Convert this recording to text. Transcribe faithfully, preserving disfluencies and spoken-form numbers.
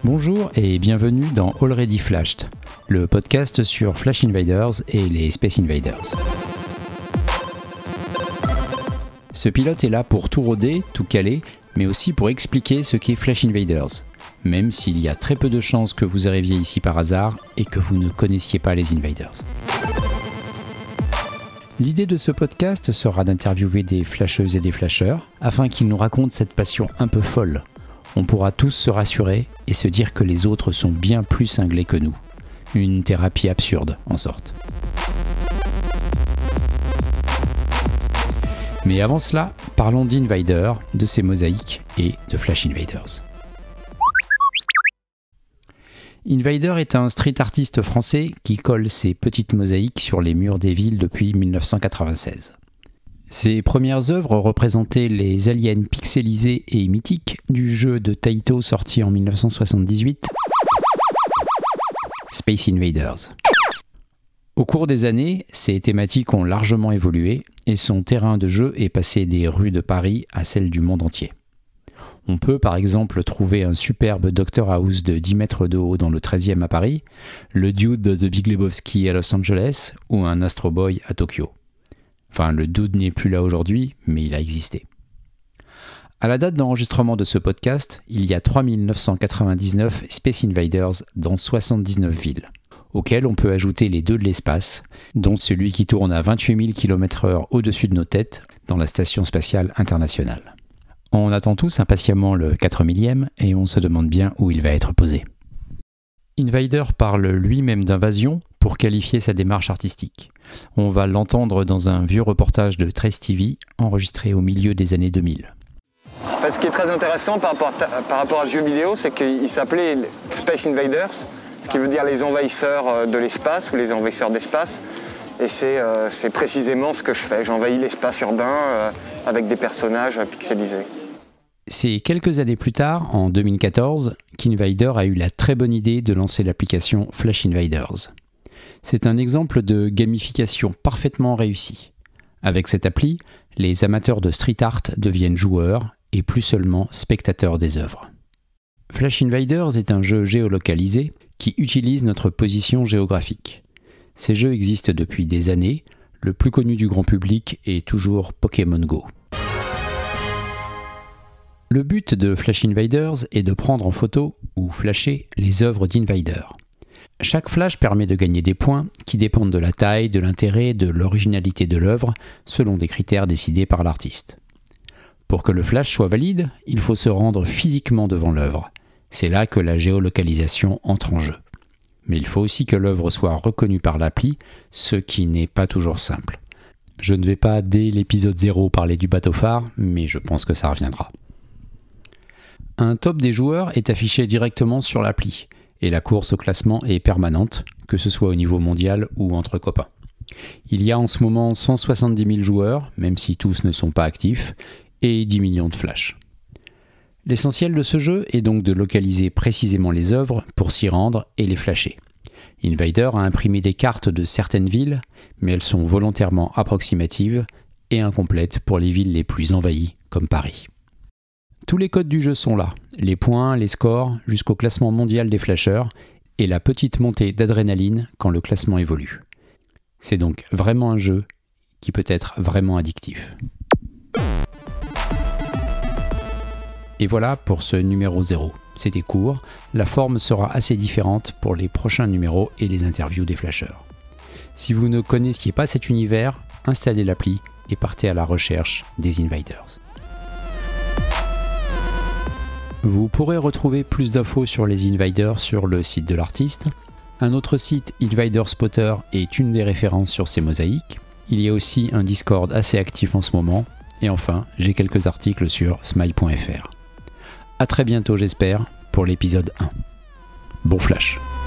Bonjour et bienvenue dans Already Flashed, le podcast sur Flash Invaders et les Space Invaders. Ce pilote est là pour tout roder, tout caler, mais aussi pour expliquer ce qu'est Flash Invaders, même s'il y a très peu de chances que vous arriviez ici par hasard et que vous ne connaissiez pas les Invaders. L'idée de ce podcast sera d'interviewer des flasheuses et des flasheurs afin qu'ils nous racontent cette passion un peu folle. On pourra tous se rassurer et se dire que les autres sont bien plus cinglés que nous. Une thérapie absurde, en sorte. Mais avant cela, parlons d'Invader, de ses mosaïques et de Flash Invaders. Invader est un street artiste français qui colle ses petites mosaïques sur les murs des villes depuis dix-neuf cent quatre-vingt-seize. Ses premières œuvres représentaient les aliens pixelisés et mythiques du jeu de Taito sorti en dix-neuf cent soixante-dix-huit, Space Invaders. Au cours des années, ses thématiques ont largement évolué et son terrain de jeu est passé des rues de Paris à celles du monde entier. On peut par exemple trouver un superbe Doctor House de dix mètres de haut dans le treizième à Paris, le Dude de The Big Lebowski à Los Angeles ou un Astro Boy à Tokyo. Enfin, le Dude n'est plus là aujourd'hui, mais il a existé. À la date d'enregistrement de ce podcast, il y a trois mille neuf cent quatre-vingt-dix-neuf Space Invaders dans soixante-dix-neuf villes, auxquelles on peut ajouter les deux de l'espace, dont celui qui tourne à vingt-huit mille kilomètres heure au-dessus de nos têtes dans la Station Spatiale Internationale. On attend tous impatiemment le quatre millième et on se demande bien où il va être posé. Invader parle lui-même d'invasion pour qualifier sa démarche artistique. On va l'entendre dans un vieux reportage de Trace T V enregistré au milieu des années deux mille. Ce qui est très intéressant par rapport, à, par rapport à ce jeu vidéo, c'est qu'il s'appelait Space Invaders, ce qui veut dire les envahisseurs de l'espace ou les envahisseurs d'espace. Et c'est, euh, c'est précisément ce que je fais. J'envahis l'espace urbain euh, avec des personnages pixelisés. C'est quelques années plus tard, en deux mille quatorze, qu'Invader a eu la très bonne idée de lancer l'application Flash Invaders. C'est un exemple de gamification parfaitement réussi. Avec cette appli, les amateurs de street art deviennent joueurs et plus seulement spectateurs des œuvres. Flash Invaders est un jeu géolocalisé qui utilise notre position géographique. Ces jeux existent depuis des années, le plus connu du grand public est toujours Pokémon Go. Le but de Flash Invaders est de prendre en photo ou flasher les œuvres d'Invader. Chaque flash permet de gagner des points qui dépendent de la taille, de l'intérêt, de l'originalité de l'œuvre, selon des critères décidés par l'artiste. Pour que le flash soit valide, il faut se rendre physiquement devant l'œuvre. C'est là que la géolocalisation entre en jeu. Mais il faut aussi que l'œuvre soit reconnue par l'appli, ce qui n'est pas toujours simple. Je ne vais pas dès l'épisode zéro parler du bateau phare, mais je pense que ça reviendra. Un top des joueurs est affiché directement sur l'appli, et la course au classement est permanente, que ce soit au niveau mondial ou entre copains. Il y a en ce moment cent soixante-dix mille joueurs, même si tous ne sont pas actifs, et dix millions de flashs. L'essentiel de ce jeu est donc de localiser précisément les œuvres pour s'y rendre et les flasher. Invader a imprimé des cartes de certaines villes, mais elles sont volontairement approximatives et incomplètes pour les villes les plus envahies, comme Paris. Tous les codes du jeu sont là, les points, les scores, jusqu'au classement mondial des flasheurs, et la petite montée d'adrénaline quand le classement évolue. C'est donc vraiment un jeu qui peut être vraiment addictif. Et voilà pour ce numéro zéro. C'était court, la forme sera assez différente pour les prochains numéros et les interviews des flasheurs. Si vous ne connaissiez pas cet univers, installez l'appli et partez à la recherche des Invaders. Vous pourrez retrouver plus d'infos sur les Invaders sur le site de l'artiste. Un autre site, Invader Spotter, est une des références sur ces mosaïques. Il y a aussi un Discord assez actif en ce moment. Et enfin, j'ai quelques articles sur smile point f r. A très bientôt j'espère, pour l'épisode un. Bon flash!